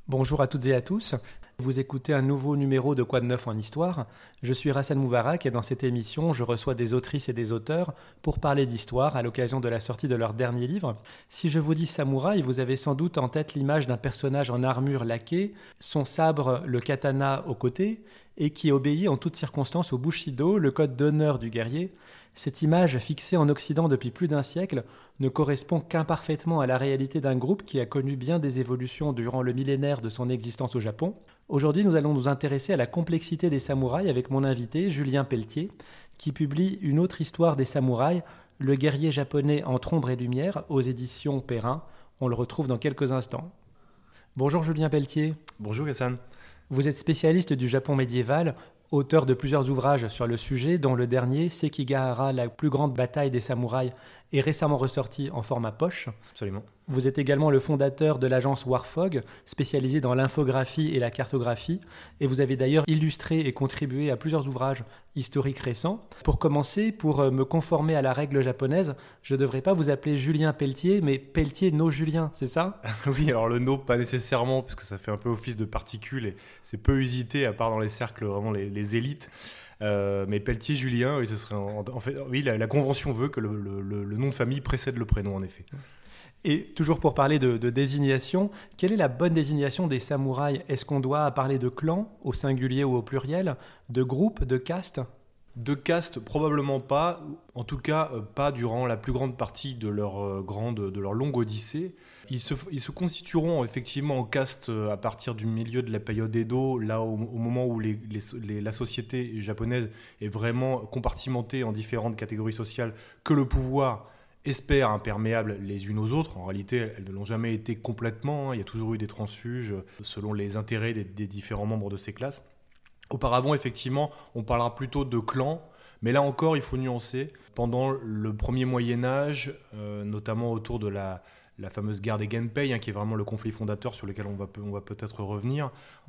Bonjour à toutes et à tous. Vous écoutez un nouveau numéro de Quoi de neuf en histoire. Je suis Rassan Moubarak et dans cette émission, je reçois des autrices et des auteurs pour parler d'histoire à l'occasion de la sortie de leur dernier livre. Si je vous dis samouraï, vous avez sans doute en tête l'image d'un personnage en armure laquée, son sabre, le katana au côté, et qui obéit en toutes circonstances au bushido, le code d'honneur du guerrier. Cette image, fixée en Occident depuis plus d'un siècle, ne correspond qu'imparfaitement à la réalité d'un groupe qui a connu bien des évolutions durant le millénaire de son existence au Japon. Aujourd'hui, nous allons nous intéresser à la complexité des samouraïs avec mon invité, Julien Pelletier, qui publie une autre histoire des samouraïs, Le guerrier japonais entre ombre et lumière, aux éditions Perrin. On le retrouve dans quelques instants. Bonjour Julien Pelletier. Bonjour Hassan. Vous êtes spécialiste du Japon médiéval, auteur de plusieurs ouvrages sur le sujet, dont le dernier, Sekigahara, la plus grande bataille des samouraïs, est récemment ressorti en format poche. Absolument. Vous êtes également le fondateur de l'agence Warfog, spécialisée dans l'infographie et la cartographie, et vous avez d'ailleurs illustré et contribué à plusieurs ouvrages historiques récents. Pour commencer, pour me conformer à la règle japonaise, je ne devrais pas vous appeler Julien Pelletier, mais Pelletier no Julien, c'est ça ? Oui, alors le no, pas nécessairement, parce que ça fait un peu office de particule et c'est peu usité, à part dans les cercles, vraiment les élites. Mais Pelletier Julien, oui, ce serait en fait, oui, la convention veut que le nom de famille précède le prénom, en effet. Et toujours pour parler de désignation, quelle est la bonne désignation des samouraïs ? Est-ce qu'on doit parler de clan, au singulier ou au pluriel, de groupe, de caste ? De caste, probablement pas, en tout cas pas durant la plus grande partie de leur longue odyssée. Ils se constitueront effectivement en caste à partir du milieu de la période Edo, là au moment où la société japonaise est vraiment compartimentée en différentes catégories sociales que le pouvoir espère imperméables les unes aux autres. En réalité, elles ne l'ont jamais été complètement. Il y a toujours eu des transfuges selon les intérêts des différents membres de ces classes. Auparavant, effectivement, on parlera plutôt de clans, mais là encore, il faut nuancer. Pendant le premier Moyen-Âge, notamment autour de la fameuse guerre des Genpei, qui est vraiment le conflit fondateur sur lequel on va peut-être revenir,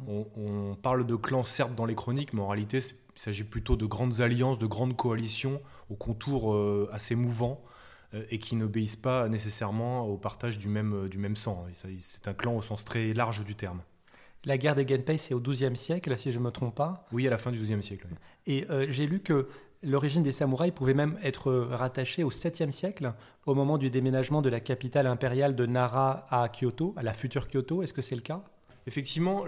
on parle de clans, certes, dans les chroniques, mais en réalité, il s'agit plutôt de grandes alliances, de grandes coalitions aux contours assez mouvants, et qui n'obéissent pas nécessairement au partage du même sang. C'est un clan au sens très large du terme. La guerre des Genpei, c'est au XIIe siècle, si je ne me trompe pas. Oui, à la fin du XIIe siècle. Oui. Et j'ai lu que l'origine des samouraïs pouvait même être rattachée au VIIe siècle, au moment du déménagement de la capitale impériale de Nara à Kyoto, à la future Kyoto. Est-ce que c'est le cas ? Effectivement,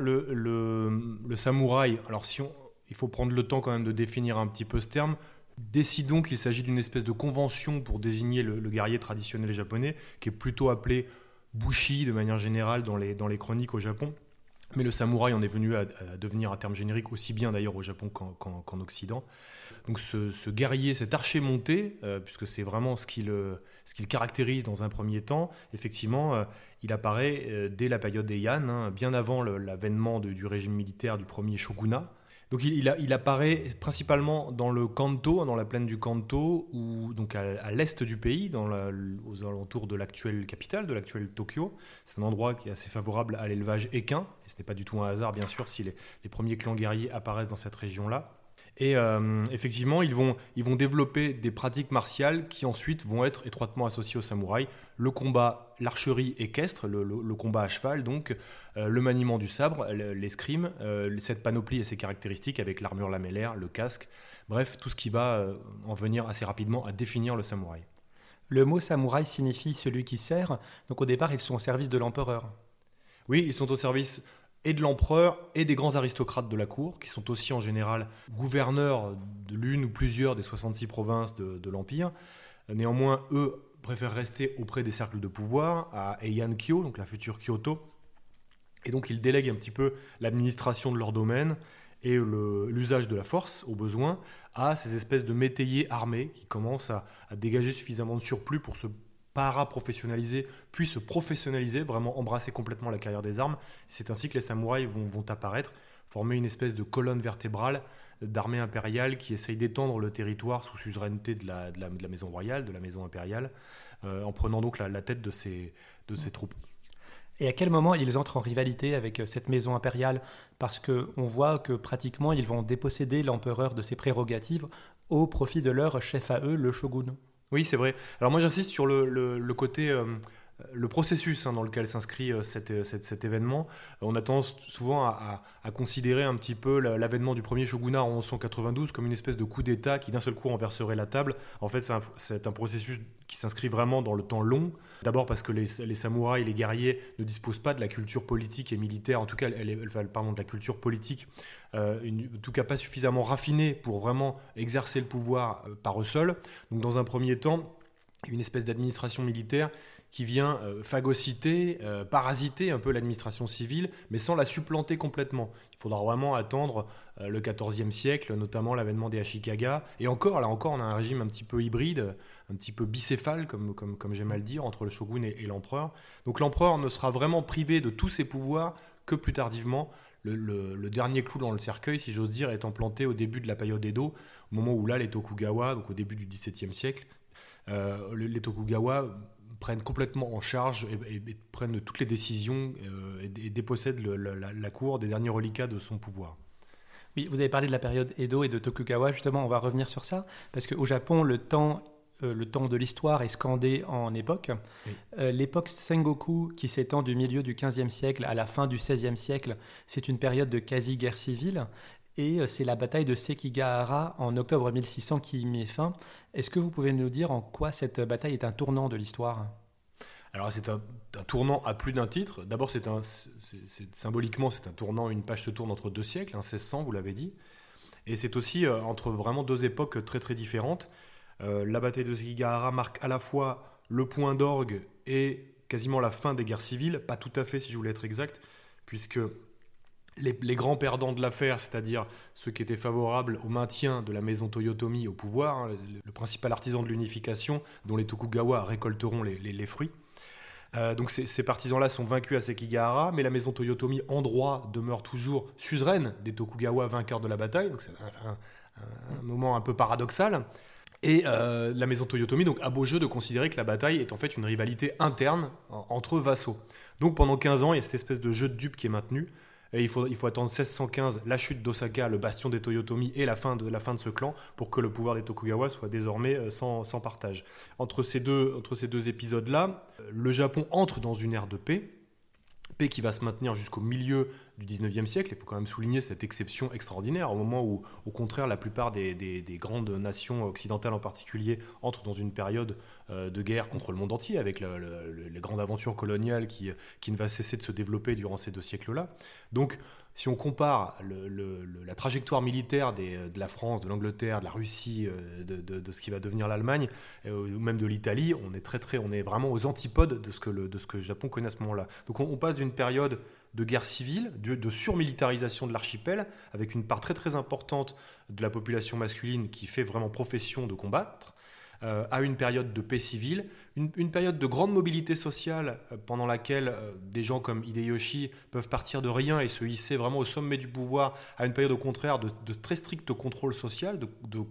le samouraï, alors il faut prendre le temps quand même de définir un petit peu ce terme. Décidons qu'il s'agit d'une espèce de convention pour désigner le guerrier traditionnel japonais, qui est plutôt appelé bushi de manière générale dans les chroniques au Japon. Mais le samouraï en est venu à devenir un terme générique aussi bien d'ailleurs au Japon qu'en Occident. Donc ce guerrier, cet archer monté, puisque c'est vraiment ce qui le caractérise dans un premier temps, effectivement, il apparaît dès la période des Heian, bien avant l'avènement du régime militaire du premier shogunat. Donc il apparaît principalement dans le Kanto, dans la plaine du Kanto, ou donc à l'est du pays, aux alentours de l'actuelle capitale, de l'actuelle Tokyo. C'est un endroit qui est assez favorable à l'élevage équin, et ce n'est pas du tout un hasard bien sûr si les premiers clans guerriers apparaissent dans cette région-là. Et effectivement, ils vont développer des pratiques martiales qui ensuite vont être étroitement associées au samouraï. Le combat, l'archerie équestre, le combat à cheval, donc le maniement du sabre, l'escrime, cette panoplie et ses caractéristiques avec l'armure lamellaire, le casque, bref, tout ce qui va en venir assez rapidement à définir le samouraï. Le mot samouraï signifie celui qui sert, donc au départ ils sont au service de l'empereur. Oui, ils sont au service et de l'empereur et des grands aristocrates de la cour, qui sont aussi en général gouverneurs de l'une ou plusieurs des 66 provinces de l'Empire. Néanmoins, eux préfèrent rester auprès des cercles de pouvoir, à Heian-kyo, donc la future Kyoto. Et donc ils délèguent un petit peu l'administration de leur domaine et l'usage de la force, au besoin, à ces espèces de métayers armés qui commencent à dégager suffisamment de surplus pour se para-professionnaliser, puis se professionnaliser, vraiment embrasser complètement la carrière des armes. C'est ainsi que les samouraïs vont apparaître, former une espèce de colonne vertébrale d'armée impériale qui essaye d'étendre le territoire sous suzeraineté de la maison royale, de la maison impériale, en prenant donc la tête de ces troupes. Et à quel moment ils entrent en rivalité avec cette maison impériale ? Parce qu'on voit que pratiquement ils vont déposséder l'empereur de ses prérogatives au profit de leur chef à eux, le shogun. Oui, c'est vrai. Alors moi j'insiste sur le côté le processus dans lequel s'inscrit cet événement. On a tendance souvent à considérer un petit peu l'avènement du premier shogunat en 1192 comme une espèce de coup d'État qui d'un seul coup renverserait la table. En fait, c'est un processus qui s'inscrit vraiment dans le temps long. D'abord parce que les samouraïs, les guerriers ne disposent pas de la culture politique et militaire, en tout cas de la culture politique, en tout cas pas suffisamment raffinée pour vraiment exercer le pouvoir par eux seuls. Donc dans un premier temps, une espèce d'administration militaire qui vient phagocyter, parasiter un peu l'administration civile, mais sans la supplanter complètement. Il faudra vraiment attendre le XIVe siècle, notamment l'avènement des Ashikaga. Et encore, là encore, on a un régime un petit peu hybride, un petit peu bicéphale, comme j'aime à le dire, entre le shogun et l'empereur. Donc l'empereur ne sera vraiment privé de tous ses pouvoirs que plus tardivement. Le dernier clou dans le cercueil, si j'ose dire, étant planté au début de la période Edo, au moment où là, les Tokugawa, donc au début du XVIIe siècle, les Tokugawa prennent complètement en charge et prennent toutes les décisions et dépossèdent la cour des derniers reliquats de son pouvoir. Oui, vous avez parlé de la période Edo et de Tokugawa, justement, on va revenir sur ça, parce qu'au Japon, le temps de l'histoire est scandé en époque. Oui. L'époque Sengoku, qui s'étend du milieu du XVe siècle à la fin du XVIe siècle, c'est une période de quasi-guerre civile. Et c'est la bataille de Sekigahara en octobre 1600 qui y met fin. Est-ce que vous pouvez nous dire en quoi cette bataille est un tournant de l'histoire ? Alors c'est un tournant à plus d'un titre. D'abord, symboliquement, c'est un tournant, une page se tourne entre deux siècles, 1600, vous l'avez dit. Et c'est aussi entre vraiment deux époques très très différentes. La bataille de Sekigahara marque à la fois le point d'orgue et quasiment la fin des guerres civiles. Pas tout à fait, si je voulais être exact, puisque les grands perdants de l'affaire, c'est-à-dire ceux qui étaient favorables au maintien de la maison Toyotomi au pouvoir, le principal artisan de l'unification, dont les Tokugawa récolteront les fruits. Donc ces partisans-là sont vaincus à Sekigahara, mais la maison Toyotomi en droit demeure toujours suzeraine des Tokugawa vainqueurs de la bataille. Donc c'est un moment un peu paradoxal. Et la maison Toyotomi donc, a beau jeu de considérer que la bataille est en fait une rivalité interne entre vassaux. Donc pendant 15 ans, il y a cette espèce de jeu de dupes qui est maintenu. Et il faut attendre 1615, la chute d'Osaka, le bastion des Toyotomi et la fin de ce clan pour que le pouvoir des Tokugawa soit désormais sans partage. Entre ces deux épisodes-là, le Japon entre dans une ère de paix qui va se maintenir jusqu'au milieu du 19e siècle. Il faut quand même souligner cette exception extraordinaire, au moment où, au contraire, la plupart des grandes nations occidentales en particulier entrent dans une période de guerre contre le monde entier, avec les grandes aventures coloniales qui ne va cesser de se développer durant ces deux siècles-là. Donc, si on compare la trajectoire militaire de la France, de l'Angleterre, de la Russie, de ce qui va devenir l'Allemagne, ou même de l'Italie, on est vraiment aux antipodes de ce que le Japon connaît à ce moment-là. Donc on passe d'une période de guerre civile, de surmilitarisation de l'archipel, avec une part très très importante de la population masculine qui fait vraiment profession de combattre, à une période de paix civile, une période de grande mobilité sociale pendant laquelle des gens comme Hideyoshi peuvent partir de rien et se hisser vraiment au sommet du pouvoir, à une période au contraire de très strict contrôle social,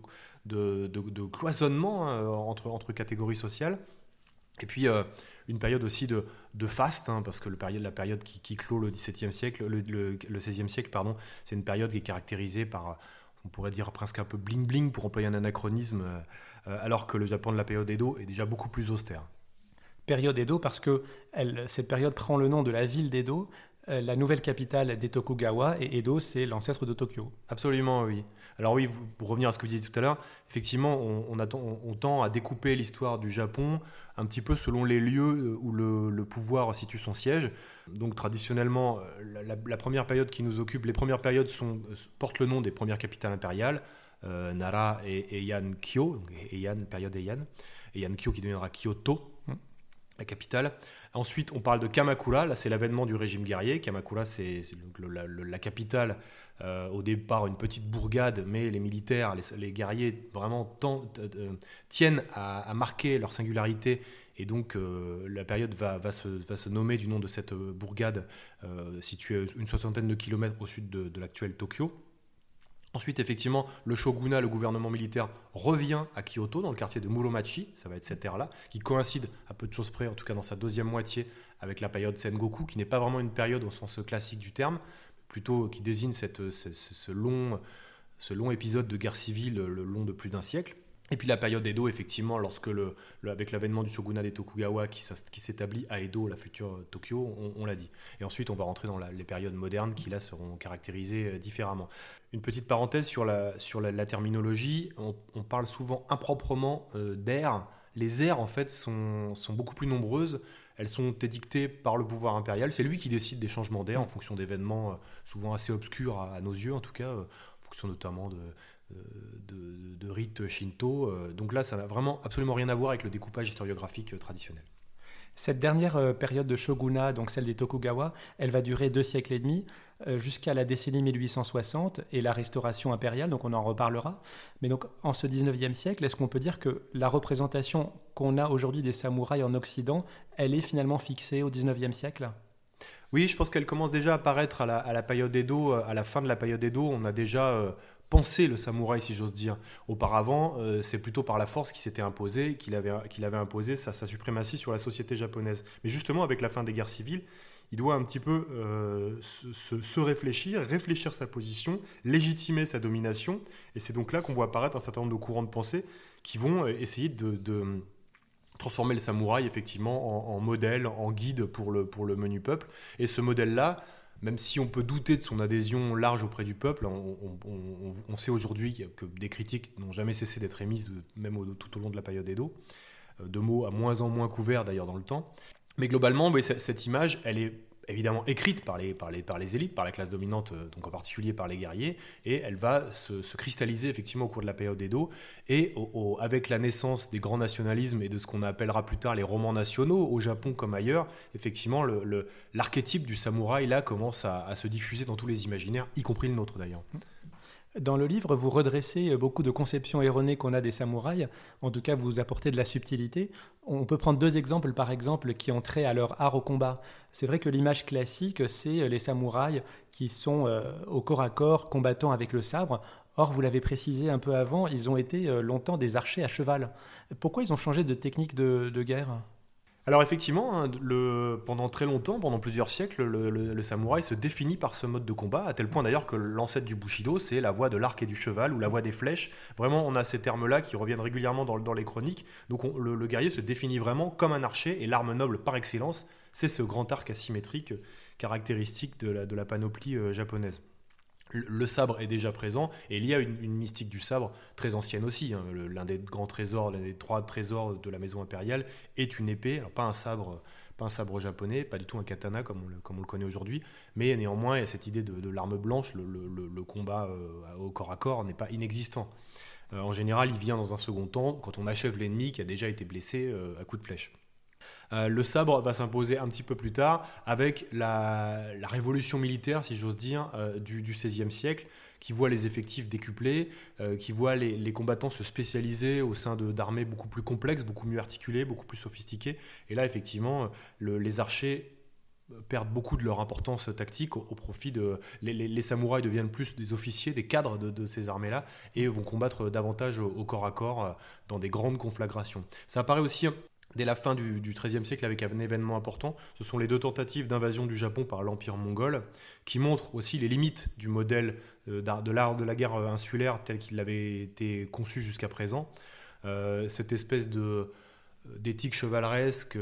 de cloisonnement entre catégories sociales. Et puis une période aussi de faste, parce que la période qui clôt le XVIIe siècle, le XVIe siècle, pardon, c'est une période qui est caractérisée par, on pourrait dire presque un peu bling-bling pour employer un anachronisme, alors que le Japon de la période Edo est déjà beaucoup plus austère. Période Edo parce que cette période prend le nom de la ville d'Edo, la nouvelle capitale des Tokugawa, et Edo, c'est l'ancêtre de Tokyo. Absolument, oui. Alors oui, pour revenir à ce que vous disiez tout à l'heure, effectivement, on tend à découper l'histoire du Japon un petit peu selon les lieux où le pouvoir situe son siège. Donc traditionnellement, la première période qui nous occupe, les premières périodes portent le nom des premières capitales impériales, Nara et Heian-kyo, période Heian, Heian-kyo qui deviendra Kyoto, la capitale. Ensuite, on parle de Kamakura, là c'est l'avènement du régime guerrier. Kamakura, c'est la capitale, au départ une petite bourgade, mais les militaires, les guerriers vraiment tiennent à marquer leur singularité. Et donc la période va se nommer du nom de cette bourgade située une soixantaine de kilomètres au sud de l'actuel Tokyo. Ensuite, effectivement, le shogunat, le gouvernement militaire, revient à Kyoto, dans le quartier de Muromachi. Ça va être cette ère-là, qui coïncide à peu de choses près, en tout cas dans sa deuxième moitié, avec la période Sengoku, qui n'est pas vraiment une période au sens classique du terme, plutôt qui désigne ce long épisode de guerre civile, le long de plus d'un siècle. Et puis la période Edo, effectivement, lorsque avec l'avènement du shogunat des Tokugawa qui s'établit à Edo, la future Tokyo, on l'a dit. Et ensuite, on va rentrer dans les périodes modernes qui, là, seront caractérisées différemment. Une petite parenthèse sur la terminologie. On parle souvent improprement d'ères. Les ères, en fait, sont beaucoup plus nombreuses. Elles sont édictées par le pouvoir impérial. C'est lui qui décide des changements d'ère en fonction d'événements souvent assez obscurs à nos yeux, en tout cas, en fonction notamment de rites shinto. Donc là, ça n'a vraiment absolument rien à voir avec le découpage historiographique traditionnel. Cette dernière période de shogunat, donc celle des Tokugawa, elle va durer 2 siècles et demi, jusqu'à la décennie 1860 et la restauration impériale, donc on en reparlera. Mais donc en ce 19e siècle, est-ce qu'on peut dire que la représentation qu'on a aujourd'hui des samouraïs en Occident, elle est finalement fixée au 19e siècle ? Oui, je pense qu'elle commence déjà à apparaître à la période Edo. À la fin de la période Edo, on a déjà pensé le samouraï, si j'ose dire. Auparavant, c'est plutôt par la force qu'il s'était imposé, qu'il avait imposé sa suprématie sur la société japonaise. Mais justement, avec la fin des guerres civiles, il doit un petit peu se réfléchir sa position, légitimer sa domination. Et c'est donc là qu'on voit apparaître un certain nombre de courants de pensée qui vont essayer de transformer le samouraï effectivement en modèle, en guide pour le menu peuple. Et ce modèle-là, même si on peut douter de son adhésion large auprès du peuple, on sait aujourd'hui que des critiques n'ont jamais cessé d'être émises, même tout au long de la période Edo, de mots à moins en moins couverts d'ailleurs dans le temps. Mais globalement, cette image, elle est évidemment écrite par les élites, par la classe dominante, donc en particulier par les guerriers, et elle va se cristalliser effectivement au cours de la période Edo, et avec la naissance des grands nationalismes et de ce qu'on appellera plus tard les romans nationaux, au Japon comme ailleurs, effectivement l'archétype du samouraï là commence à se diffuser dans tous les imaginaires, y compris le nôtre d'ailleurs. Dans le livre, vous redressez beaucoup de conceptions erronées qu'on a des samouraïs. En tout cas, vous apportez de la subtilité. On peut prendre 2 exemples, par exemple, qui ont trait à leur art au combat. C'est vrai que l'image classique, c'est les samouraïs qui sont au corps à corps, combattant avec le sabre. Or, vous l'avez précisé un peu avant, ils ont été longtemps des archers à cheval. Pourquoi ils ont changé de technique de guerre ? Alors effectivement, pendant très longtemps, pendant plusieurs siècles, le samouraï se définit par ce mode de combat, à tel point d'ailleurs que l'ancêtre du Bushido, c'est la voie de l'arc et du cheval, ou la voie des flèches. Vraiment, on a ces termes-là qui reviennent régulièrement dans les chroniques. Donc le guerrier se définit vraiment comme un archer, et l'arme noble par excellence, c'est ce grand arc asymétrique caractéristique de la panoplie japonaise. Le sabre est déjà présent, et il y a une mystique du sabre très ancienne aussi. L'un des grands trésors, l'un des 3 trésors de la maison impériale est une épée, alors pas un sabre japonais, pas du tout un katana comme on le connaît aujourd'hui, mais néanmoins il y a cette idée de l'arme blanche, le combat au corps à corps n'est pas inexistant. En général, il vient dans un second temps quand on achève l'ennemi qui a déjà été blessé à coups de flèche. Le sabre va s'imposer un petit peu plus tard avec la révolution militaire, si j'ose dire, du XVIe siècle, qui voit les effectifs décuplés, qui voit les combattants se spécialiser au sein d'armées beaucoup plus complexes, beaucoup mieux articulées, beaucoup plus sophistiquées. Et là, effectivement, les archers perdent beaucoup de leur importance tactique au profit de... Les samouraïs deviennent plus des officiers, des cadres de ces armées-là, et vont combattre davantage au corps à corps dans des grandes conflagrations. Ça apparaît aussi dès la fin du XIIIe siècle avec un événement important. Ce sont les 2 tentatives d'invasion du Japon par l'Empire mongol qui montrent aussi les limites du modèle de l'art de la guerre insulaire tel qu'il avait été conçu jusqu'à présent. Cette espèce d'éthique chevaleresque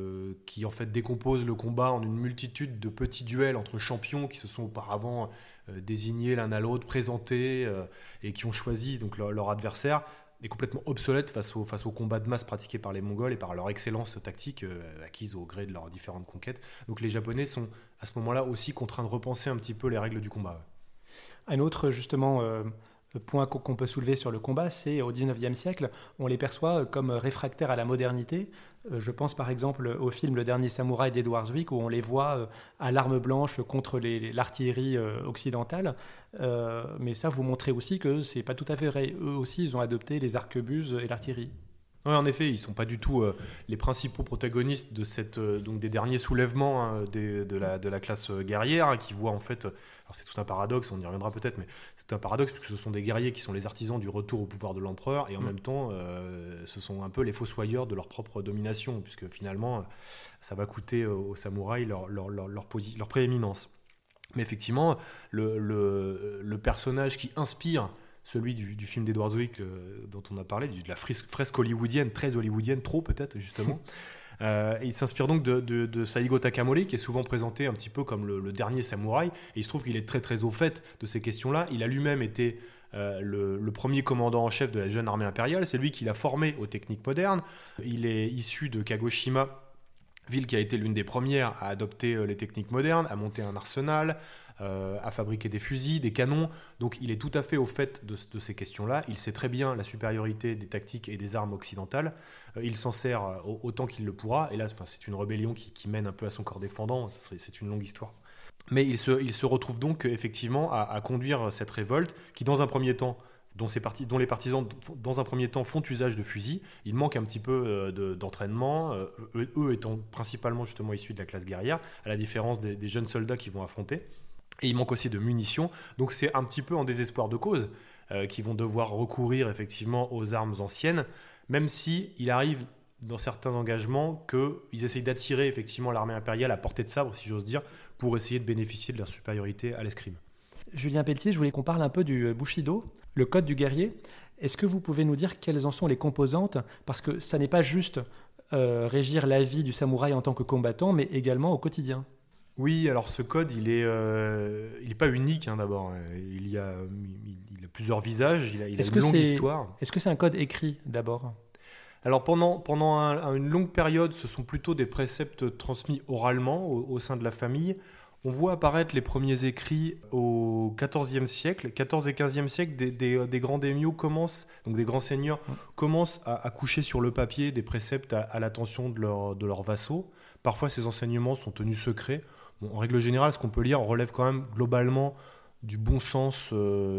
qui en fait décompose le combat en une multitude de petits duels entre champions qui se sont auparavant désignés l'un à l'autre, présentés et qui ont choisi donc leur adversaire, est complètement obsolète face au combat de masse pratiqué par les Mongols et par leur excellence tactique acquise au gré de leurs différentes conquêtes. Donc les Japonais sont à ce moment-là aussi contraints de repenser un petit peu les règles du combat. Un autre justement point qu'on peut soulever sur le combat, c'est au XIXe siècle, on les perçoit comme réfractaires à la modernité. Je pense par exemple au film Le Dernier Samouraï d'Edward Zwick, où on les voit à l'arme blanche contre l'artillerie occidentale. Mais ça, vous montrez aussi que c'est pas tout à fait vrai. Eux aussi, ils ont adopté les arquebuses et l'artillerie. Oui, en effet, ils ne sont pas du tout les principaux protagonistes de donc des derniers soulèvements de la classe guerrière, qui voient en fait... Alors c'est tout un paradoxe, on y reviendra peut-être, mais c'est tout un paradoxe puisque ce sont des guerriers qui sont les artisans du retour au pouvoir de l'empereur, et en même temps, ce sont un peu les fossoyeurs de leur propre domination, puisque finalement, ça va coûter aux samouraïs leur prééminence. Mais effectivement, le personnage qui inspire celui du film d'Edward Zwick dont on a parlé, de la fresque hollywoodienne, très hollywoodienne, trop peut-être justement. Il s'inspire donc de Saigo Takamori, qui est souvent présenté un petit peu comme le dernier samouraï, et il se trouve qu'il est très très au fait de ces questions-là. Il a lui-même été le premier commandant en chef de la jeune armée impériale, c'est lui qui l'a formé aux techniques modernes. Il est issu de Kagoshima, ville qui a été l'une des premières à adopter les techniques modernes, à monter un arsenal, à fabriquer des fusils, des canons. Donc il est tout à fait au fait de ces questions-là. Il sait très bien la supériorité des tactiques et des armes occidentales. Il s'en sert autant qu'il le pourra. Et là, c'est une rébellion qui mène un peu à son corps défendant. C'est une longue histoire. Mais il se retrouve donc effectivement à conduire cette révolte qui, dans un premier temps, dont les partisans, dans un premier temps, font usage de fusils. Il manque un petit peu d'entraînement, eux étant principalement justement issus de la classe guerrière, à la différence des jeunes soldats qui vont affronter. Et il manque aussi de munitions. Donc c'est un petit peu en désespoir de cause qu'ils vont devoir recourir effectivement aux armes anciennes, même si il arrive dans certains engagements qu'ils essayent d'attirer effectivement l'armée impériale à portée de sabre, si j'ose dire, pour essayer de bénéficier de leur supériorité à l'escrime. Julien Pelletier, je voulais qu'on parle un peu du Bushido, le code du guerrier. Est-ce que vous pouvez nous dire quelles en sont les composantes ? Parce que ça n'est pas juste régir la vie du samouraï en tant que combattant, mais également au quotidien. Oui, alors ce code, il est pas unique d'abord. Il a plusieurs visages, il a une longue histoire. Est-ce que c'est un code écrit d'abord ? Alors pendant une longue période, ce sont plutôt des préceptes transmis oralement au sein de la famille. On voit apparaître les premiers écrits au XIVe siècle. 14 et 15e siècle, des grands daimyos commencent, donc des grands seigneurs, commencent à coucher sur le papier des préceptes à l'attention de leurs vassaux. Parfois, ces enseignements sont tenus secrets. Bon, en règle générale, ce qu'on peut lire relève quand même globalement du bon sens,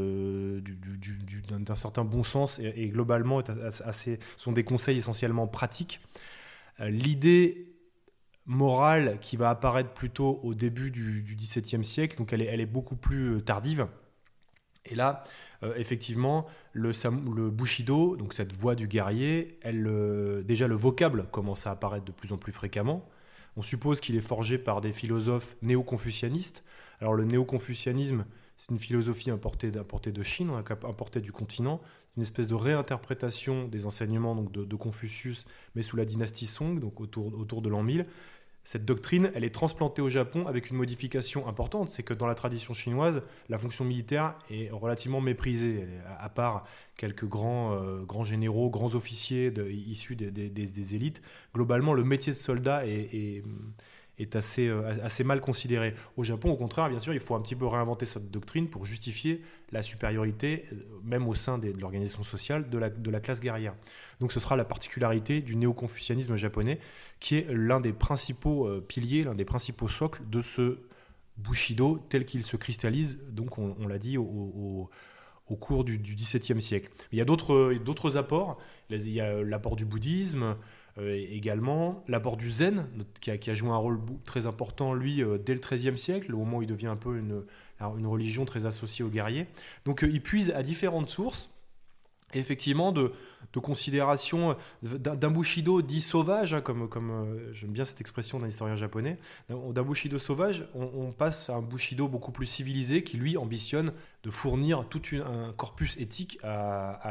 d'un certain bon sens, et globalement sont des conseils essentiellement pratiques. L'idée morale qui va apparaître plutôt au début du XVIIe siècle, donc elle est beaucoup plus tardive. Et là, effectivement, le Bushido, donc cette voie du guerrier, déjà le vocable commence à apparaître de plus en plus fréquemment. On suppose qu'il est forgé par des philosophes néo-confucianistes. Alors le néo-confucianisme, c'est une philosophie importée de Chine, importée du continent, une espèce de réinterprétation des enseignements donc de Confucius, mais sous la dynastie Song, donc autour de l'an 1000. Cette doctrine, elle est transplantée au Japon avec une modification importante, c'est que dans la tradition chinoise, la fonction militaire est relativement méprisée, à part quelques grands généraux, grands officiers issus des élites. Globalement, le métier de soldat est assez mal considéré. Au Japon, au contraire, bien sûr, il faut un petit peu réinventer cette doctrine pour justifier la supériorité, même au sein de l'organisation sociale, de la classe guerrière. Donc ce sera la particularité du néo-confucianisme japonais, qui est l'un des principaux piliers, l'un des principaux socles de ce Bushido tel qu'il se cristallise, donc on l'a dit, au cours du XVIIe siècle. Il y a d'autres apports. Il y a l'apport du bouddhisme, également l'apport du zen qui a joué un rôle très important lui dès le XIIIe siècle, au moment où il devient un peu une religion très associée aux guerriers. Donc il puise à différentes sources, et effectivement de considération d'un Bushido dit sauvage, comme j'aime bien cette expression d'un historien japonais, d'un Bushido sauvage, on passe à un Bushido beaucoup plus civilisé qui lui ambitionne de fournir tout un corpus éthique à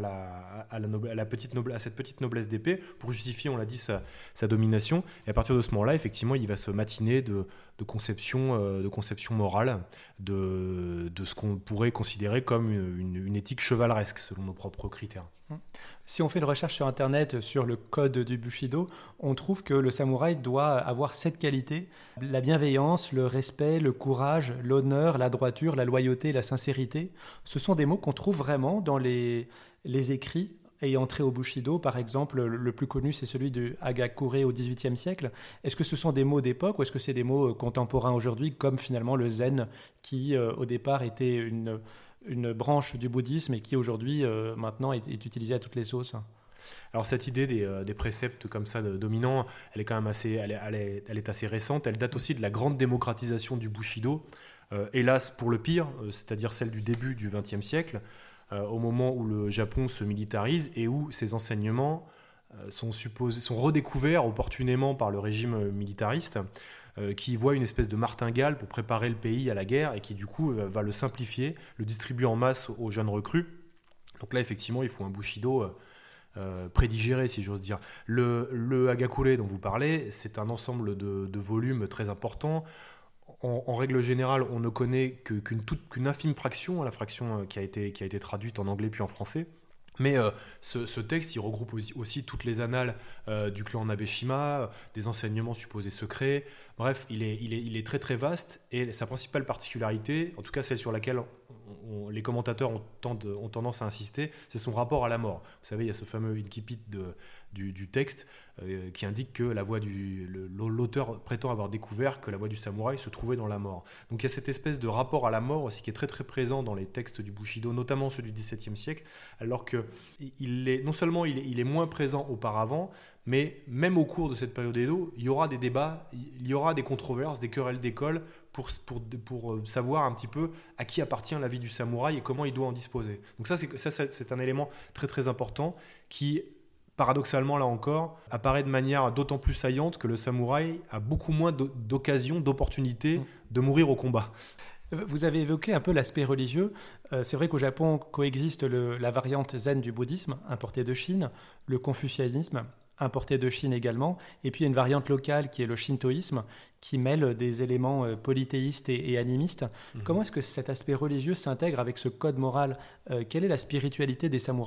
cette petite noblesse d'épée pour justifier, on l'a dit, sa domination. Et à partir de ce moment-là, effectivement, il va se matiner de conception morale de ce qu'on pourrait considérer comme une éthique chevaleresque selon nos propres critères. Si on fait une recherche sur Internet sur le code du Bushido, on trouve que le samouraï doit avoir 7 qualités: la bienveillance, le respect, le courage, l'honneur, la droiture, la loyauté, la sincérité. Ce sont des mots qu'on trouve vraiment dans les écrits ayant trait au Bushido. Par exemple, le plus connu, c'est celui de Hagakure au XVIIIe siècle. Est-ce que ce sont des mots d'époque ou est-ce que c'est des mots contemporains aujourd'hui, comme finalement le zen, qui au départ était une branche du bouddhisme et qui aujourd'hui maintenant est utilisée à toutes les sauces? Alors cette idée des préceptes comme ça dominants, elle est quand même assez récente. Elle date aussi de la grande démocratisation du Bushido, hélas pour le pire, c'est-à-dire celle du début du XXe siècle, au moment où le Japon se militarise et où ces enseignements sont redécouverts opportunément par le régime militariste, qui voit une espèce de martingale pour préparer le pays à la guerre et qui du coup va le simplifier, le distribuer en masse aux jeunes recrues Donc là, effectivement, il faut un bushido prédigéré, si j'ose dire. Le hagakure dont vous parlez, c'est un ensemble de volumes très importants. En règle générale, on ne connaît qu'une infime fraction, la fraction qui a été traduite en anglais puis en français. Mais ce texte, il regroupe aussi toutes les annales du clan Nabeshima, des enseignements supposés secrets. Bref, il est très très vaste, et sa principale particularité, en tout cas celle sur laquelle les commentateurs ont tendance à insister, c'est son rapport à la mort. Vous savez, il y a ce fameux incipit du texte qui indique que l'auteur prétend avoir découvert que la voie du samouraï se trouvait dans la mort. Donc il y a cette espèce de rapport à la mort aussi qui est très très présent dans les textes du Bushido, notamment ceux du XVIIe siècle, alors que non seulement il est moins présent auparavant, mais même au cours de cette période Edo, il y aura des débats, il y aura des controverses, des querelles d'école pour savoir un petit peu à qui appartient la vie du samouraï et comment il doit en disposer. Donc c'est un élément très très important qui, paradoxalement là encore, apparaît de manière d'autant plus saillante que le samouraï a beaucoup moins d'occasions, d'opportunités de mourir au combat. Vous avez évoqué un peu l'aspect religieux. C'est vrai qu'au Japon coexiste la variante zen du bouddhisme, importée de Chine, le confucianisme, importé de Chine également, et puis il y a une variante locale qui est le shintoïsme, qui mêle des éléments polythéistes et animistes. Comment est-ce que cet aspect religieux s'intègre avec ce code moral ? Quelle est la spiritualité des samouraïs ?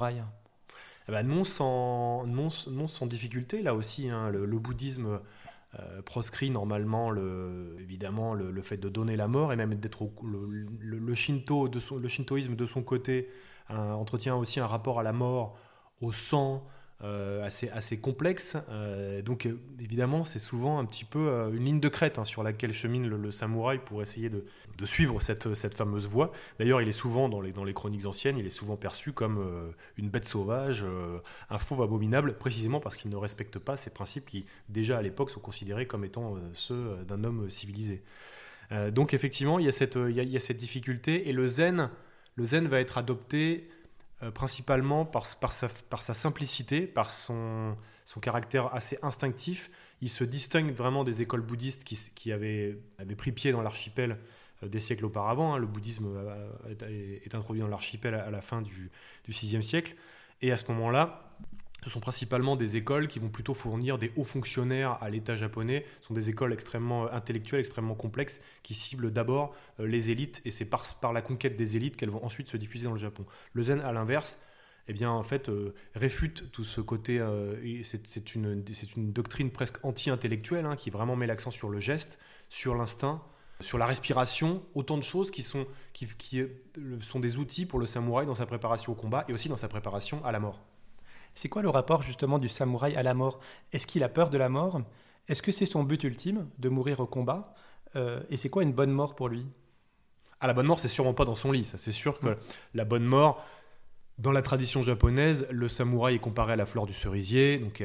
Non sans difficulté, là aussi, hein, le bouddhisme proscrit normalement évidemment le fait de donner la mort, et même d'être le shintoïsme de son côté entretient aussi un rapport à la mort, au sang, assez complexe. Donc évidemment, c'est souvent un petit peu une ligne de crête sur laquelle chemine le samouraï pour essayer de suivre cette fameuse voie. D'ailleurs, il est souvent, dans les chroniques anciennes, il est souvent perçu comme une bête sauvage, un fauve abominable, précisément parce qu'il ne respecte pas ces principes qui, déjà à l'époque, sont considérés comme étant ceux d'un homme civilisé. Donc effectivement, il y a cette difficulté, et le zen va être adopté principalement par sa simplicité, par son caractère assez instinctif. Il se distingue vraiment des écoles bouddhistes qui avaient pris pied dans l'archipel des siècles auparavant. Le bouddhisme est introduit dans l'archipel à la fin du VIe siècle. Et à ce moment-là, ce sont principalement des écoles qui vont plutôt fournir des hauts fonctionnaires à l'État japonais. Ce sont des écoles extrêmement intellectuelles, extrêmement complexes, qui ciblent d'abord les élites, et c'est par la conquête des élites qu'elles vont ensuite se diffuser dans le Japon. Le zen, à l'inverse, réfute tout ce côté. C'est une doctrine presque anti-intellectuelle, qui vraiment met l'accent sur le geste, sur l'instinct, sur la respiration, autant de choses qui sont des outils pour le samouraï dans sa préparation au combat et aussi dans sa préparation à la mort. C'est quoi le rapport justement du samouraï à la mort ? Est-ce qu'il a peur de la mort ? Est-ce que c'est son but ultime, de mourir au combat ? Et c'est quoi une bonne mort pour lui ? La bonne mort, c'est sûrement pas dans son lit. Ça, c'est sûr que la bonne mort, dans la tradition japonaise, le samouraï est comparé à la fleur du cerisier. Donc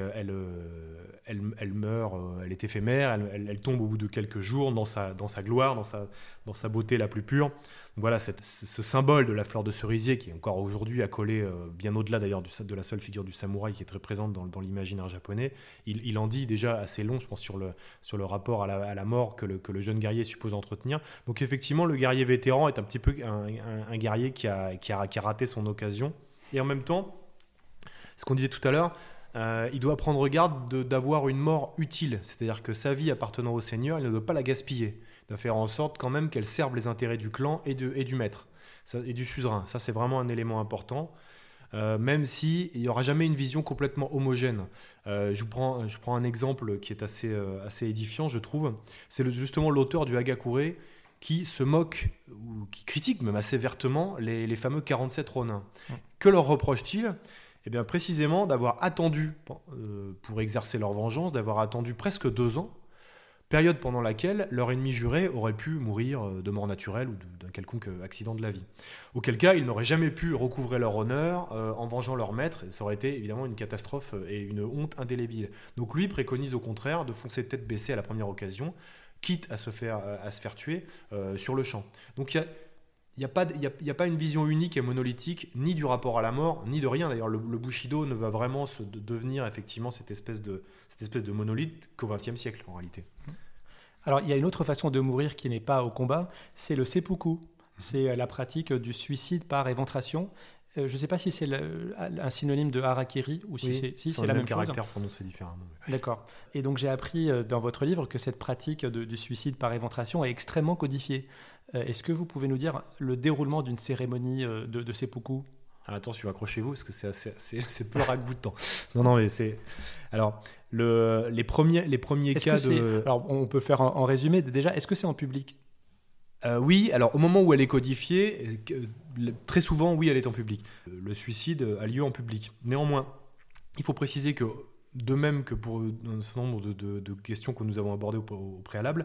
elle meurt, elle est éphémère, elle tombe au bout de quelques jours dans sa gloire, dans sa beauté la plus pure. Donc voilà, ce symbole de la fleur de cerisier qui est encore aujourd'hui accolé, bien au-delà d'ailleurs de la seule figure du samouraï qui est très présente dans l'imaginaire japonais. Il en dit déjà assez long, je pense, sur le rapport à la mort que le jeune guerrier suppose entretenir. Donc effectivement, le guerrier vétéran est un petit peu un guerrier qui a raté son occasion. Et en même temps, ce qu'on disait tout à l'heure, il doit prendre garde d'avoir une mort utile. C'est-à-dire que sa vie appartenant au seigneur, il ne doit pas la gaspiller. Il doit faire en sorte quand même qu'elle serve les intérêts du clan et du maître et du suzerain. Ça, c'est vraiment un élément important. Même s'il n'y aura jamais une vision complètement homogène. Je prends un exemple qui est assez édifiant, je trouve. C'est justement l'auteur du Hagakure qui se moque, ou qui critique même assez vertement les fameux 47 ronins. Que leur reproche-t-il ? Eh bien, précisément d'avoir attendu, pour exercer leur vengeance, d'avoir attendu presque 2 ans, période pendant laquelle leur ennemi juré aurait pu mourir de mort naturelle ou d'un quelconque accident de la vie. Auquel cas, ils n'auraient jamais pu recouvrer leur honneur en vengeant leur maître. Ça aurait été évidemment une catastrophe et une honte indélébile. Donc lui préconise au contraire de foncer tête baissée à la première occasion, quitte à se faire tuer sur le champ. Donc il n'y a pas une vision unique et monolithique, ni du rapport à la mort, ni de rien. D'ailleurs, le Bushido ne va vraiment devenir effectivement cette espèce de monolithe qu'au XXe siècle, en réalité. Alors, il y a une autre façon de mourir qui n'est pas au combat, c'est le seppuku. C'est la pratique du suicide par éventration. Je ne sais pas si c'est un synonyme de harakiri ou si c'est la même chose. Caractère prononcé différemment. D'accord. Et donc j'ai appris dans votre livre que cette pratique du suicide par éventration est extrêmement codifiée. Est-ce que vous pouvez nous dire le déroulement d'une cérémonie de seppuku? Attention, accrochez-vous parce que c'est peu ragoûtant. Non, mais c'est. Alors, les premiers cas de. Alors, on peut faire en résumé déjà. Est-ce que c'est en public? Oui, alors au moment où elle est codifiée, très souvent, oui, elle est en public. Le suicide a lieu en public. Néanmoins, il faut préciser que, de même que pour un certain nombre de questions que nous avons abordées au préalable,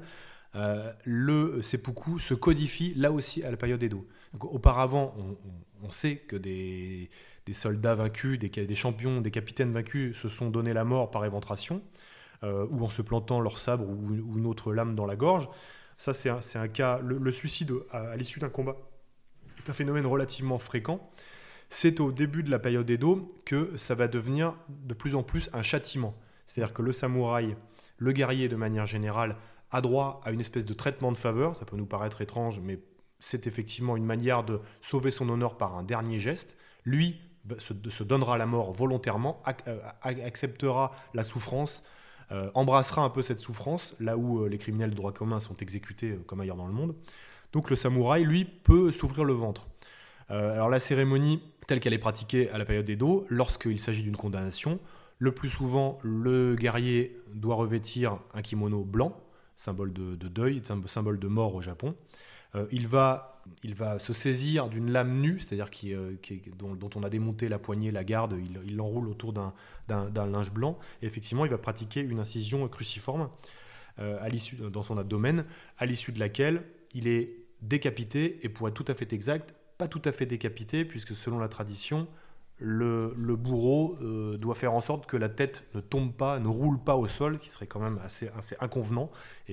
le seppuku se codifie là aussi à la période Edo. Donc, auparavant, on sait que des soldats vaincus, des champions, des capitaines vaincus se sont donné la mort par éventration, ou en se plantant leur sabre ou une autre lame dans la gorge. Ça, c'est un cas. Le suicide à l'issue d'un combat est un phénomène relativement fréquent. C'est au début de la période Edo que ça va devenir de plus en plus un châtiment. C'est-à-dire que le samouraï, le guerrier de manière générale, a droit à une espèce de traitement de faveur. Ça peut nous paraître étrange, mais c'est effectivement une manière de sauver son honneur par un dernier geste. Lui se donnera la mort volontairement, acceptera la souffrance, embrassera un peu cette souffrance, là où les criminels de droit commun sont exécutés comme ailleurs dans le monde. Donc le samouraï, lui, peut s'ouvrir le ventre. Alors la cérémonie, telle qu'elle est pratiquée à la période Edo, lorsqu'il s'agit d'une condamnation, le plus souvent, le guerrier doit revêtir un kimono blanc, symbole de deuil, symbole de mort au Japon. Il va se saisir d'une lame nue, c'est-à-dire dont on a démonté la poignée, la garde, il l'enroule autour d'un linge blanc, et effectivement il va pratiquer une incision cruciforme dans son abdomen, à l'issue de laquelle il est décapité, et pour être tout à fait exact, pas tout à fait décapité, puisque selon la tradition, le bourreau doit faire en sorte que la tête ne tombe pas, ne roule pas au sol, qui serait quand même assez inconvenant,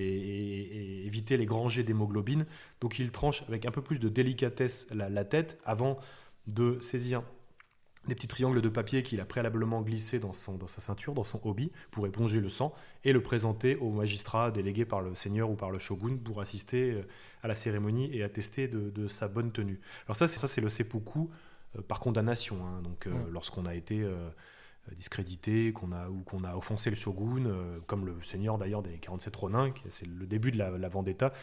et éviter les grands jets d'hémoglobine. Donc il tranche avec un peu plus de délicatesse la tête avant de saisir des petits triangles de papier qu'il a préalablement glissés dans sa ceinture, dans son obi, pour éponger le sang, et le présenter au magistrat délégué par le seigneur ou par le shogun pour assister à la cérémonie et attester de sa bonne tenue. Alors ça c'est le seppuku par condamnation, hein. Donc lorsqu'on a été discrédité, qu'on a offensé le shogun, comme le seigneur d'ailleurs des 47 Ronin, c'est le début de la vendetta.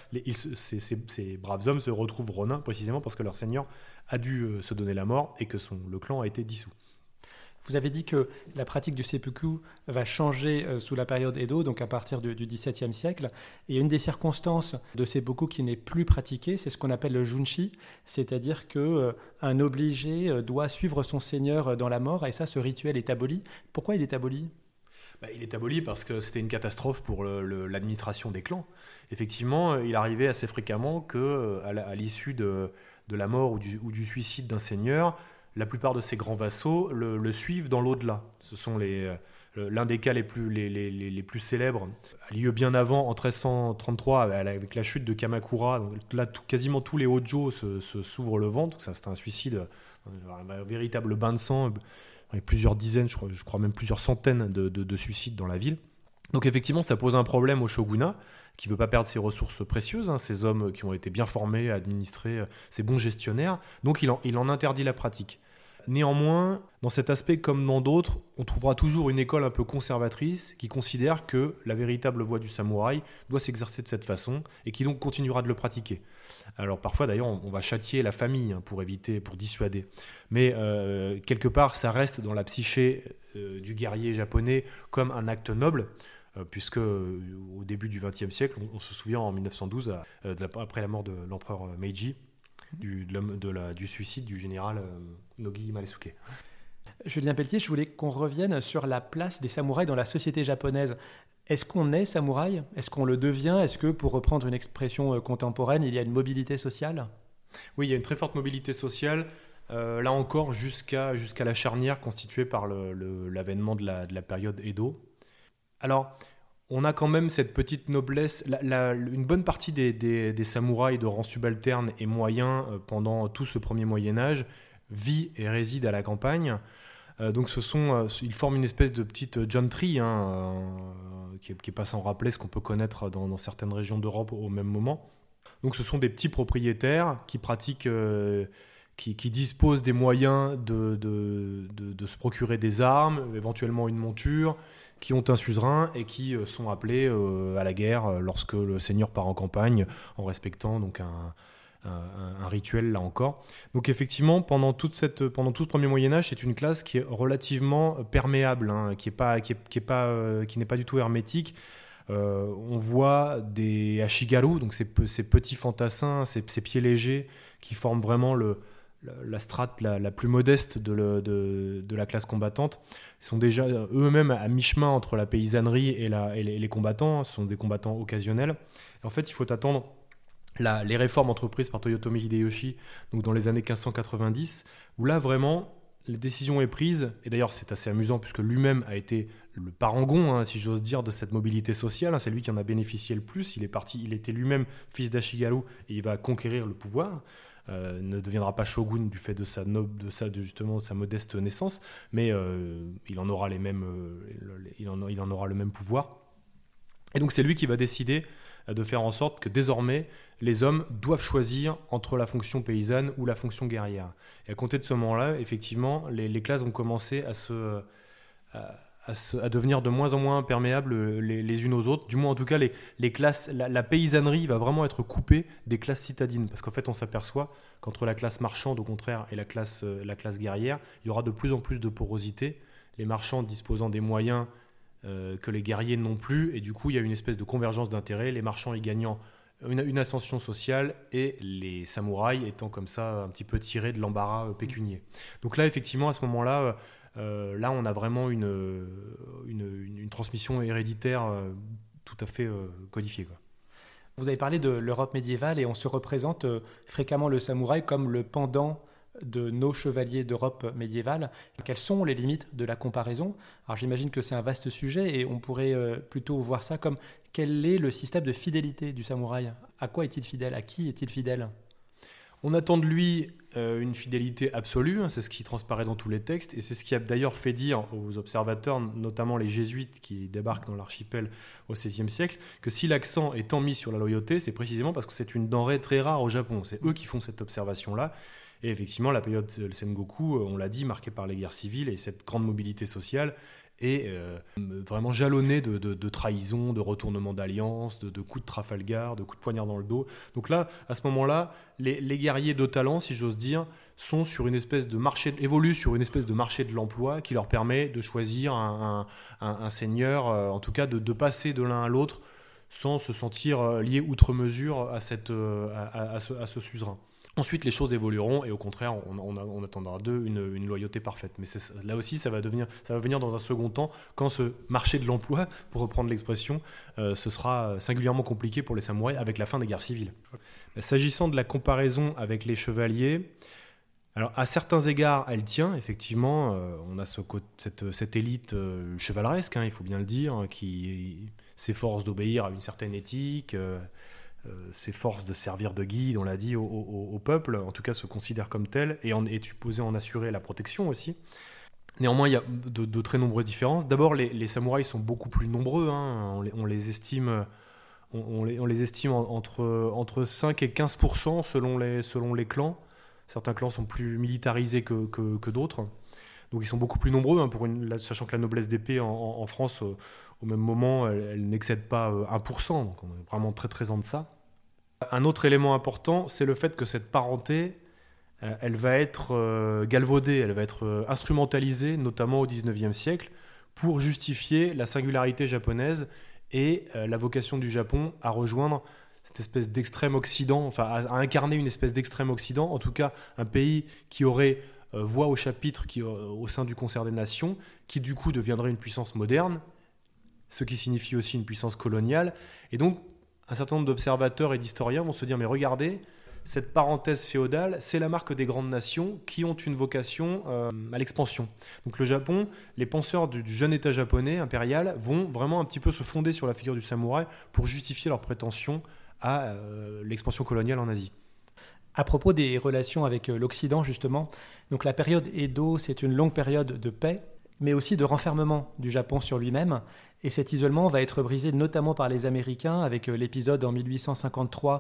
Ces braves hommes se retrouvent Ronin précisément parce que leur seigneur a dû se donner la mort et que le clan a été dissous. Vous avez dit que la pratique du seppuku va changer sous la période Edo, donc à partir du XVIIe siècle. Et une des circonstances de seppuku qui n'est plus pratiquée, c'est ce qu'on appelle le junshi, c'est-à-dire qu'un obligé doit suivre son seigneur dans la mort, et ça, ce rituel est aboli. Pourquoi il est aboli ? Il est aboli parce que c'était une catastrophe pour l'administration des clans. Effectivement, il arrivait assez fréquemment qu'à l'issue de la mort ou du suicide d'un seigneur, la plupart de ses grands vassaux le suivent dans l'au-delà. Ce sont l'un des cas les plus célèbres a lieu bien avant, en 1333, avec la chute de Kamakura. Donc là, quasiment tous les Hojo s'ouvrent le ventre. C'est un suicide, un véritable bain de sang. Il y a plusieurs dizaines, je crois même plusieurs centaines de suicides dans la ville. Donc effectivement, ça pose un problème au shogunat, qui ne veut pas perdre ses ressources précieuses, hein, ces hommes qui ont été bien formés à administrer, ces bons gestionnaires. Donc il en interdit la pratique. Néanmoins, dans cet aspect comme dans d'autres, on trouvera toujours une école un peu conservatrice qui considère que la véritable voie du samouraï doit s'exercer de cette façon et qui donc continuera de le pratiquer. Alors parfois d'ailleurs on va châtier la famille pour dissuader. Mais quelque part ça reste dans la psyché du guerrier japonais comme un acte noble. Puisque au début du XXe siècle, on se souvient en 1912, après la mort de l'empereur Meiji, du suicide du général Nogi Malesuke. Julien Pelletier, je voulais qu'on revienne sur la place des samouraïs dans la société japonaise. Est-ce qu'on est samouraï ? Est-ce qu'on le devient ? Est-ce que, pour reprendre une expression contemporaine, il y a une mobilité sociale ? Oui, il y a une très forte mobilité sociale. Là encore, jusqu'à la charnière constituée par l'avènement de la période Edo. Alors, on a quand même cette petite noblesse. Une bonne partie des samouraïs de rang subalterne et moyen pendant tout ce premier Moyen-Âge vit et réside à la campagne. Donc ils forment une espèce de petite gentry qui est pas sans rappeler ce qu'on peut connaître dans certaines régions d'Europe au même moment. Donc ce sont des petits propriétaires qui pratiquent qui disposent des moyens de se procurer des armes, éventuellement une monture, qui ont un suzerain et qui sont appelés à la guerre lorsque le seigneur part en campagne, en respectant donc un rituel là encore. Donc effectivement, pendant tout ce premier Moyen-Âge, c'est une classe qui est relativement perméable, hein, qui n'est pas du tout hermétique. On voit des ashigaru, donc ces petits fantassins, ces pieds légers qui forment vraiment la strate la plus modeste de la classe combattante. Ils sont déjà eux-mêmes à mi-chemin entre la paysannerie et les combattants. Ce sont des combattants occasionnels. Et en fait, il faut attendre les réformes entreprises par Toyotomi Hideyoshi, donc dans les années 1590, où là vraiment la décision est prise. Et d'ailleurs, c'est assez amusant puisque lui-même a été le parangon, hein, si j'ose dire, de cette mobilité sociale. C'est lui qui en a bénéficié le plus. Il était lui-même fils d'Ashigaru et il va conquérir le pouvoir. Ne deviendra pas shogun du fait de sa modeste naissance, mais il en aura le même pouvoir. Et donc c'est lui qui va décider de faire en sorte que désormais les hommes doivent choisir entre la fonction paysanne ou la fonction guerrière. Et à compter de ce moment-là, effectivement, les classes vont commencer à devenir de moins en moins perméables les unes aux autres. Du moins, en tout cas, les classes, la paysannerie va vraiment être coupée des classes citadines. Parce qu'en fait, on s'aperçoit qu'entre la classe marchande, au contraire, et la classe guerrière, il y aura de plus en plus de porosité. Les marchands disposant des moyens que les guerriers n'ont plus. Et du coup, il y a une espèce de convergence d'intérêts. Les marchands y gagnant une ascension sociale et les samouraïs étant comme ça un petit peu tirés de l'embarras pécunier. Donc là, effectivement, à ce moment-là... là, on a vraiment une transmission héréditaire tout à fait codifiée, quoi. Vous avez parlé de l'Europe médiévale et on se représente fréquemment le samouraï comme le pendant de nos chevaliers d'Europe médiévale. Quelles sont les limites de la comparaison ? Alors j'imagine que c'est un vaste sujet et on pourrait plutôt voir ça comme quel est le système de fidélité du samouraï ? À quoi est-il fidèle ? À qui est-il fidèle ? On attend de lui une fidélité absolue, hein, c'est ce qui transparaît dans tous les textes, et c'est ce qui a d'ailleurs fait dire aux observateurs, notamment les jésuites qui débarquent dans l'archipel au XVIe siècle, que si l'accent est tant mis sur la loyauté, c'est précisément parce que c'est une denrée très rare au Japon. C'est eux qui font cette observation-là. Et effectivement, la période Sengoku, on l'a dit, marquée par les guerres civiles et cette grande mobilité sociale, est vraiment jalonnée de trahisons, de retournements d'alliance, de coups de Trafalgar, de coups de poignard dans le dos. Donc là, à ce moment-là, les guerriers de talent, si j'ose dire, évoluent sur une espèce de marché de l'emploi qui leur permet de choisir un seigneur, en tout cas de passer de l'un à l'autre sans se sentir lié outre mesure à ce suzerain. Ensuite, les choses évolueront et au contraire, on attendra d'eux une loyauté parfaite. Mais là aussi, ça va venir dans un second temps quand ce marché de l'emploi, pour reprendre l'expression, ce sera singulièrement compliqué pour les samouraïs avec la fin des guerres civiles. S'agissant de la comparaison avec les chevaliers, alors à certains égards, elle tient, effectivement. On a cette élite chevaleresque, hein, il faut bien le dire, qui s'efforce d'obéir à une certaine éthique, s'efforce de servir de guide, on l'a dit, au peuple, en tout cas se considère comme tel, et est supposé en assurer la protection aussi. Néanmoins, il y a de très nombreuses différences. D'abord, les samouraïs sont beaucoup plus nombreux, hein. On les estime entre 5 et 15% selon les clans. Certains clans sont plus militarisés que d'autres. Donc ils sont beaucoup plus nombreux, hein, sachant que la noblesse d'épée en France, au même moment, elle n'excède pas 1%, donc on est vraiment très très en deçà. Un autre élément important, c'est le fait que cette parenté, elle va être galvaudée, elle va être instrumentalisée, notamment au XIXe siècle, pour justifier la singularité japonaise et la vocation du Japon à rejoindre cette espèce d'extrême Occident, enfin à incarner une espèce d'extrême Occident, en tout cas un pays qui aurait voix au chapitre au sein du concert des nations, qui du coup deviendrait une puissance moderne, ce qui signifie aussi une puissance coloniale. Et donc, un certain nombre d'observateurs et d'historiens vont se dire, mais regardez, cette parenthèse féodale, c'est la marque des grandes nations qui ont une vocation à l'expansion. Donc le Japon, les penseurs du jeune État japonais impérial vont vraiment un petit peu se fonder sur la figure du samouraï pour justifier leur prétention à l'expansion coloniale en Asie. À propos des relations avec l'Occident, justement, donc la période Edo, c'est une longue période de paix, mais aussi de renfermement du Japon sur lui-même. Et cet isolement va être brisé notamment par les Américains avec l'épisode en 1853